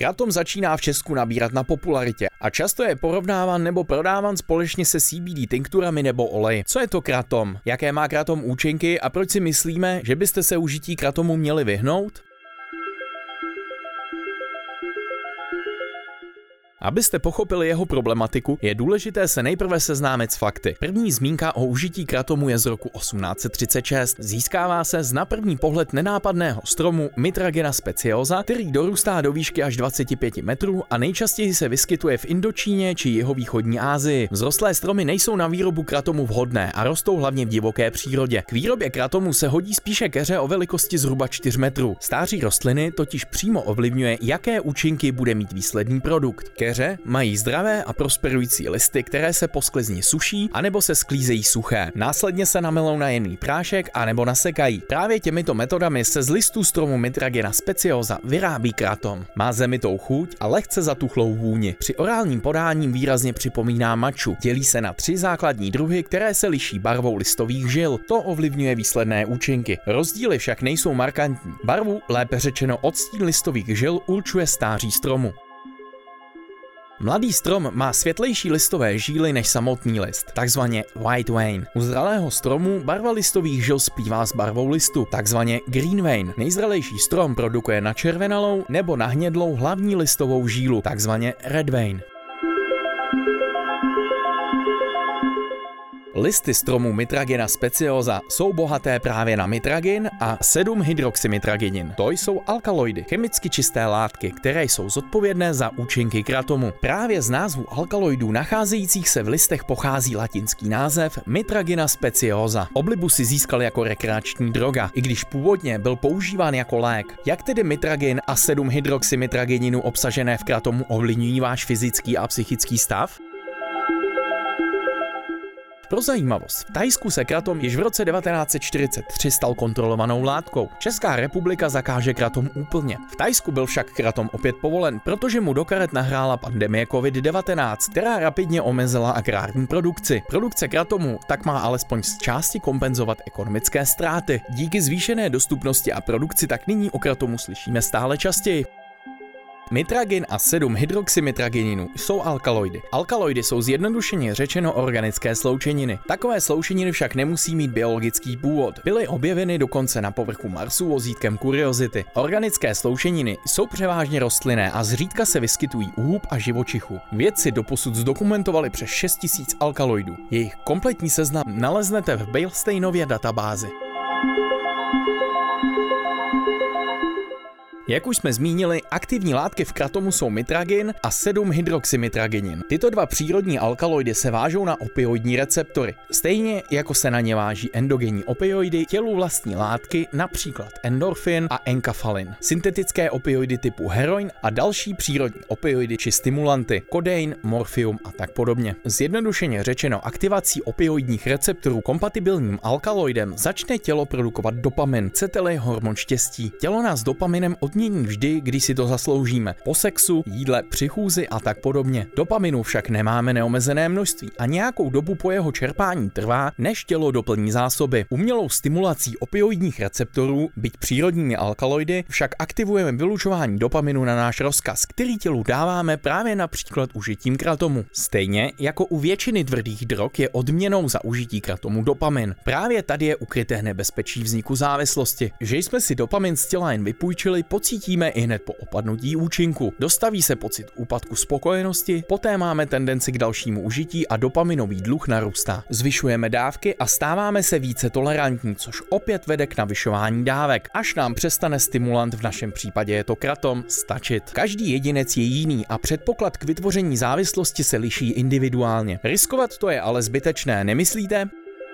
Kratom začíná v Česku nabírat na popularitě a často je porovnáván nebo prodáván společně se CBD tinkturami nebo oleji. Co je to kratom? Jaké má kratom účinky a proč si myslíme, že byste se užití kratomu měli vyhnout? Abyste pochopili jeho problematiku, je důležité se nejprve seznámit s fakty. První zmínka o užití kratomu je z roku 1836. Získává se z na první pohled nenápadného stromu Mitragena speciosa, který dorůstá do výšky až 25 metrů a nejčastěji se vyskytuje v Indočíně či jihovýchodní Asii. Vzrostlé stromy nejsou na výrobu kratomu vhodné a rostou hlavně v divoké přírodě. K výrobě kratomu se hodí spíše keře o velikosti zhruba 4 metrů. Stáří rostliny totiž přímo ovlivňuje, jaké účinky bude mít výsledný produkt. Keře mají zdravé a prosperující listy, které se po sklizni suší anebo se sklízejí suché. Následně se namelou na jemný prášek anebo nasekají. Právě těmito metodami se z listů stromu Mitragena speciosa vyrábí kratom. Má zemitou chuť a lehce zatuchlou vůni. Při orálním podání výrazně připomíná matchu. Dělí se na 3 základní druhy, které se liší barvou listových žil. To ovlivňuje výsledné účinky. Rozdíly však nejsou markantní. Barvu, lépe řečeno odstín listových žil, určuje stáří stromu. Mladý strom má světlejší listové žíly než samotný list, takzvaně white vein. U zralého stromu barva listových žil splývá s barvou listu, takzvaně green vein. Nejzralejší strom produkuje načervenalou nebo nahnědlou hlavní listovou žílu, takzvaně red vein. Listy stromu Mitragena speciosa jsou bohaté právě na mitragin a 7-hydroxymitraginin. To jsou alkaloidy, chemicky čisté látky, které jsou zodpovědné za účinky kratomu. Právě z názvu alkaloidů nacházejících se v listech pochází latinský název Mitragena speciosa. Oblibu si získal jako rekreační droga, i když původně byl používán jako lék. Jak tedy mitragin a 7-hydroxymitragininu obsažené v kratomu ovlivňují váš fyzický a psychický stav? Pro zajímavost, v Thajsku se kratom již v roce 1943 stal kontrolovanou látkou. Česká republika zakáže kratom úplně. V Thajsku byl však kratom opět povolen, protože mu do karet nahrála pandemie COVID-19, která rapidně omezila agrární produkci. Produkce kratomu tak má alespoň z části kompenzovat ekonomické ztráty. Díky zvýšené dostupnosti a produkci tak nyní o kratomu slyšíme stále častěji. Mitragin a 7-hydroxymitragininu jsou alkaloidy. Alkaloidy jsou zjednodušeně řečeno organické sloučeniny. Takové sloučeniny však nemusí mít biologický původ. Byly objeveny dokonce na povrchu Marsu vozítkem Curiosity. Organické sloučeniny jsou převážně rostlinné a zřídka se vyskytují u hub a živočichů. Vědci doposud zdokumentovali přes 6000 alkaloidů. Jejich kompletní seznam naleznete v Beilsteinově databázi. Jak už jsme zmínili, aktivní látky v kratomu jsou mitragin a 7-hydroxymitraginin. Tyto dva přírodní alkaloidy se vážou na opioidní receptory. Stejně jako se na ně váží endogenní opioidy, tělu vlastní látky, například endorfin a enkafalin, syntetické opioidy typu heroin a další přírodní opioidy či stimulanty, kodein, morfium a tak podobně. Zjednodušeně řečeno, aktivací opioidních receptorů kompatibilním alkaloidem začne tělo produkovat dopamin, chcete-li hormon štěstí. Tělo nás dopaminem odmění vždy, když si to zasloužíme. Po sexu, jídle, při chůzi a tak podobně. Dopaminu však nemáme neomezené množství a nějakou dobu po jeho čerpání trvá, než tělo doplní zásoby. Umělou stimulací opioidních receptorů, byť přírodními alkaloidy, však aktivujeme vylučování dopaminu na náš rozkaz, který tělu dáváme právě například užitím kratomu. Stejně jako u většiny tvrdých drog je odměnou za užití kratomu dopamin. Právě tady je ukryté nebezpečí vzniku závislosti. Že jsme si dopamin z těla jen vypůjčili, pocítíme i hned po opadnutí účinku. Dostaví se pocit úpadku spokojenosti, poté máme tendenci k dalšímu užití a dopaminový dluh narůstá. Zvyšujeme dávky a stáváme se více tolerantní, což opět vede k navyšování dávek, až nám přestane stimulant, v našem případě je to kratom, stačit. Každý jedinec je jiný a předpoklad k vytvoření závislosti se liší individuálně. Riskovat to je ale zbytečné, nemyslíte?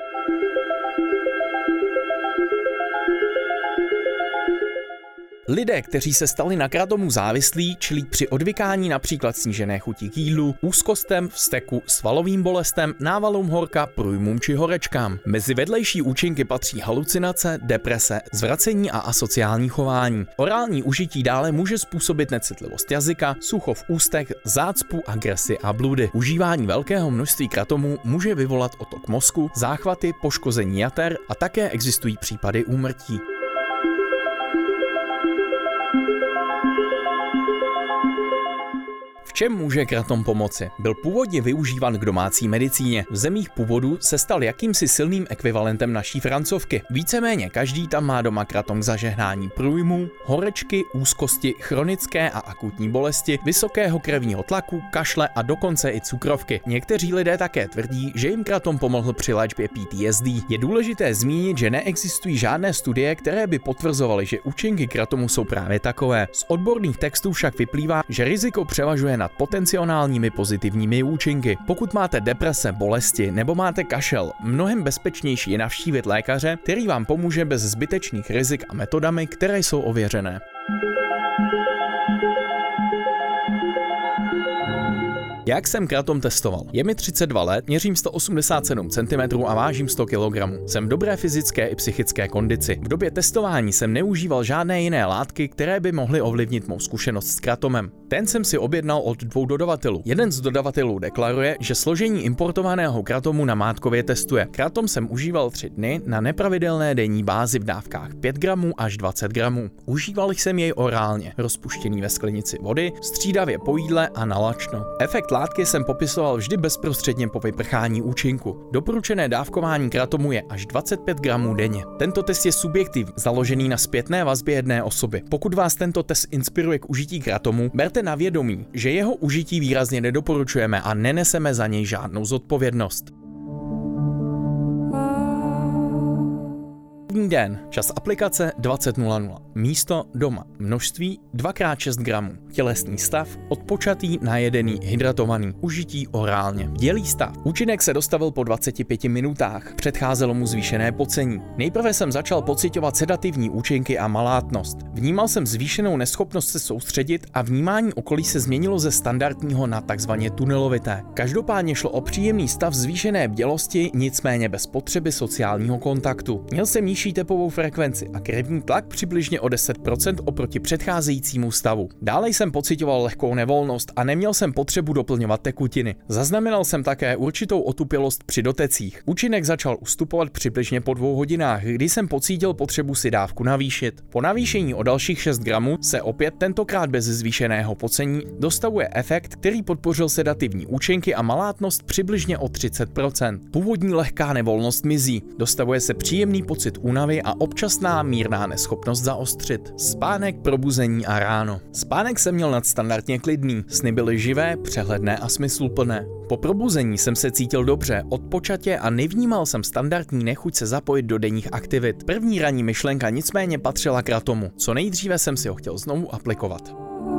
Lidé, kteří se stali na kratomu závislí, čelí při odvykání například snížené chuti k jídlu, úzkostem, vzteku, svalovým bolestem, návalům horka, průjmům či horečkám. Mezi vedlejší účinky patří halucinace, deprese, zvracení a asociální chování. Orální užití dále může způsobit necitlivost jazyka, sucho v ústech, zácpu, agresi a bludy. Užívání velkého množství kratomu může vyvolat otok mozku, záchvaty, poškození jater a také existují případy úmrtí. čem může kratom pomoci? Byl původně využíván k domácí medicíně. V zemích původu se stal jakýmsi silným ekvivalentem naší francouzky. Víceméně každý tam má doma kratom k zažehnání průjmů, horečky, úzkosti, chronické a akutní bolesti, vysokého krevního tlaku, kašle a dokonce i cukrovky. Někteří lidé také tvrdí, že jim kratom pomohl při léčbě PTSD. Je důležité zmínit, že neexistují žádné studie, které by potvrzovaly, že účinky kratomu jsou právě takové. Z odborných textů však vyplývá, že riziko převažuje nad potenciálními pozitivními účinky. Pokud máte deprese, bolesti nebo máte kašel, mnohem bezpečnější je navštívit lékaře, který vám pomůže bez zbytečných rizik a metodami, které jsou ověřené. Jak jsem kratom testoval? Je mi 32 let, měřím 187 cm a vážím 100 kg. Jsem v dobré fyzické i psychické kondici. V době testování jsem neužíval žádné jiné látky, které by mohly ovlivnit mou zkušenost s kratomem. Ten jsem si objednal od 2 dodavatelů. Jeden z dodavatelů deklaruje, že složení importovaného kratomu namátkově testuje. Kratom jsem užíval 3 dny na nepravidelné denní bázi v dávkách 5 gramů až 20 gramů. Užíval jsem jej orálně, rozpuštěný ve sklenici vody, střídavě po jídle a nalačno. Efekt látky jsem popisoval vždy bezprostředně po vyprchání účinku. Doporučené dávkování kratomu je až 25 gramů denně. Tento test je subjektivní, založený na zpětné vazbě jedné osoby. Pokud vás tento test inspiruje k užití kratomu, berte na vědomí, že jeho užití výrazně nedoporučujeme a neneseme za něj žádnou zodpovědnost. První den, čas aplikace 20:00, místo doma, množství 2x6 gramů, tělesný stav odpočatý, najedený, hydratovaný, užití orálně. Dělý stav, účinek se dostavil po 25 minutách, předcházelo mu zvýšené pocení. Nejprve jsem začal pociťovat sedativní účinky a malátnost. Vnímal jsem zvýšenou neschopnost se soustředit a vnímání okolí se změnilo ze standardního na takzvaně tunelovité. Každopádně šlo o příjemný stav zvýšené bdělosti, nicméně bez potřeby sociálního kontaktu. Měl jsem nižší tepovou frekvenci a krevní tlak přibližně o 10% oproti předcházejícímu stavu. Dále jsem pociťoval lehkou nevolnost a neměl jsem potřebu doplňovat tekutiny. Zaznamenal jsem také určitou otupělost při dotecích. Účinek začal ustupovat přibližně po 2 hodinách, kdy jsem pocítil potřebu si dávku navýšit. Po navýšení o dalších 6 gramů se opět tentokrát bez zvýšeného pocení dostavuje efekt, který podpořil sedativní účinky a malátnost přibližně o 30%. Původní lehká nevolnost mizí, dostavuje se příjemný pocit únavy a občasná mírná neschopnost zaostřit. Spánek, probuzení a ráno. Spánek jsem měl nadstandardně klidný, sny byly živé, přehledné a smysluplné. Po probuzení jsem se cítil dobře, odpočatě a nevnímal jsem standardní nechuť se zapojit do denních aktivit. První ranní myšlenka nicméně patřila kratomu. Co nejdříve jsem si ho chtěl znovu aplikovat.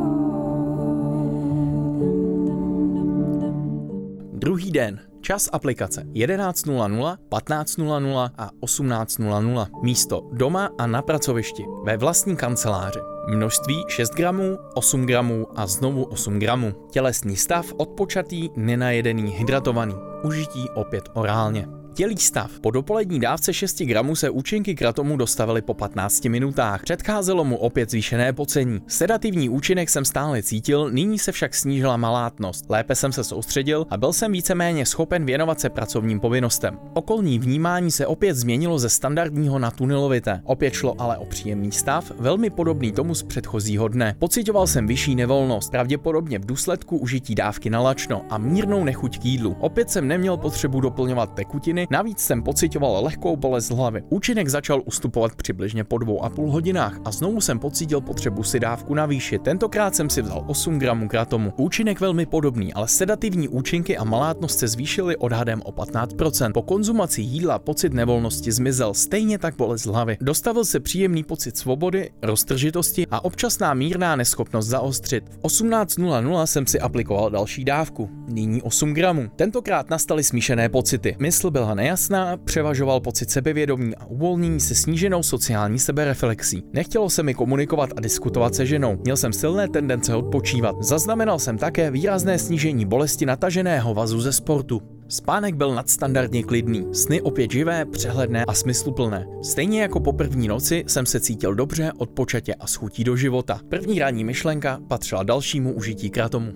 Druhý den. Čas aplikace 11:00, 15:00 a 18:00. Místo doma a na pracovišti, ve vlastní kanceláři. Množství 6 gramů, 8 gramů a znovu 8 gramů. Tělesný stav odpočatý, nenajedený, hydratovaný. Užití opět orálně. Dělý stav. Po dopolední dávce 6 gramů se účinky kratomu dostavily po 15 minutách. Předcházelo mu opět zvýšené pocení. Sedativní účinek jsem stále cítil, nyní se však snížila malátnost. Lépe jsem se soustředil a byl jsem víceméně schopen věnovat se pracovním povinnostem. Okolní vnímání se opět změnilo ze standardního na tunelovité. Opět šlo ale o příjemný stav, velmi podobný tomu z předchozího dne. Pociťoval jsem vyšší nevolnost, pravděpodobně v důsledku užití dávky na lačno a mírnou nechuť k jídlu. Opět jsem neměl potřebu doplňovat tekutiny. Navíc jsem pociťoval lehkou bolest hlavy. Účinek začal ustupovat přibližně po 2,5 hodinách a znovu jsem pocítil potřebu si dávku navýšit. Tentokrát jsem si vzal 8 gramů kratomu. Účinek velmi podobný, ale sedativní účinky a malátnost se zvýšily odhadem o 15%. Po konzumaci jídla pocit nevolnosti zmizel, stejně tak bolest hlavy. Dostavil se příjemný pocit svobody, roztržitosti a občasná mírná neschopnost zaostřit. V 18:00 jsem si aplikoval další dávku. Nyní 8 gramů. Tentokrát nastaly smíšené pocity. Mysl byla nejasná, převažoval pocit sebevědomí a uvolnění se sníženou sociální sebereflexí. Nechtělo se mi komunikovat a diskutovat se ženou. Měl jsem silné tendence odpočívat. Zaznamenal jsem také výrazné snížení bolesti nataženého vazu ze sportu. Spánek byl nadstandardně klidný, sny opět živé, přehledné a smysluplné. Stejně jako po první noci jsem se cítil dobře, odpočatě a s chutí do života. První ranní myšlenka patřila dalšímu užití kratomu.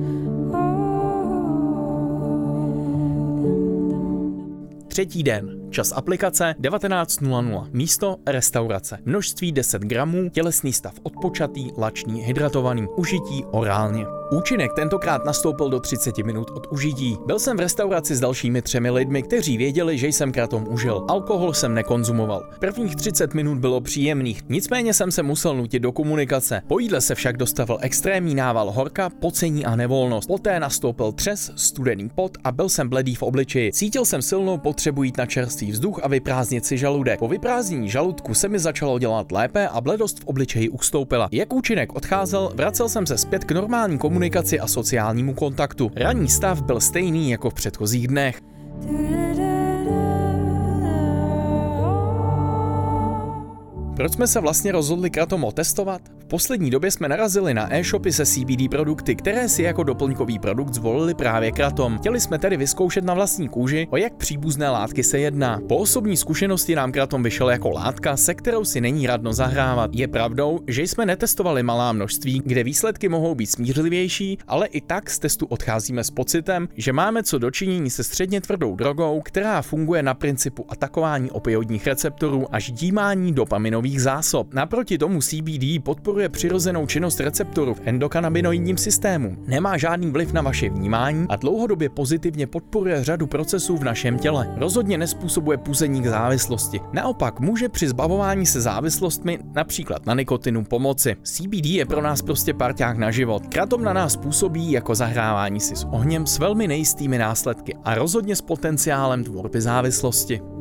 Třetí den. Čas aplikace 19:00. Místo restaurace. Množství 10 gramů. Tělesný stav odpočatý, lačný, hydratovaný. Užití orálně. Účinek tentokrát nastoupil do 30 minut od užití. Byl jsem v restauraci s dalšími 3 lidmi, kteří věděli, že jsem kratom užil. Alkohol jsem nekonzumoval. Prvních 30 minut bylo příjemných, nicméně jsem se musel nutit do komunikace. Po jídle se však dostavil extrémní nával horka, pocení a nevolnost. Poté nastoupil třes, studený pot a byl jsem bledý v obličeji. Cítil jsem silnou potřebu jít na čerstvý vzduch a vyprázdnit si žaludek. Po vyprázdnění žaludku se mi začalo dělat lépe a bledost v obličeji ustoupila. Jak účinek odcházel, vracel jsem se zpět k normální komunikaci a sociálnímu kontaktu. Ranní stav byl stejný jako v předchozích dnech. Proč jsme se vlastně rozhodli kratom otestovat? V poslední době jsme narazili na e-shopy se CBD produkty, které si jako doplňkový produkt zvolili právě kratom. Chtěli jsme tedy vyzkoušet na vlastní kůži, o jak příbuzné látky se jedná. Po osobní zkušenosti nám kratom vyšel jako látka, se kterou si není radno zahrávat. Je pravdou, že jsme netestovali malá množství, kde výsledky mohou být smířlivější, ale i tak z testu odcházíme s pocitem, že máme co dočinění se středně tvrdou drogou, která funguje na principu atakování opioidních receptorů a ždímání dopaminových zásob. Naproti tomu CBD podporuje přirozenou činnost receptorů v endokannabinoidním systému. Nemá žádný vliv na vaše vnímání a dlouhodobě pozitivně podporuje řadu procesů v našem těle. Rozhodně nespůsobuje puzení k závislosti. Naopak může při zbavování se závislostmi, například na nikotinu, pomoci. CBD je pro nás prostě parťák na život. Kratom na nás působí jako zahrávání si s ohněm s velmi nejistými následky a rozhodně s potenciálem tvorby závislosti.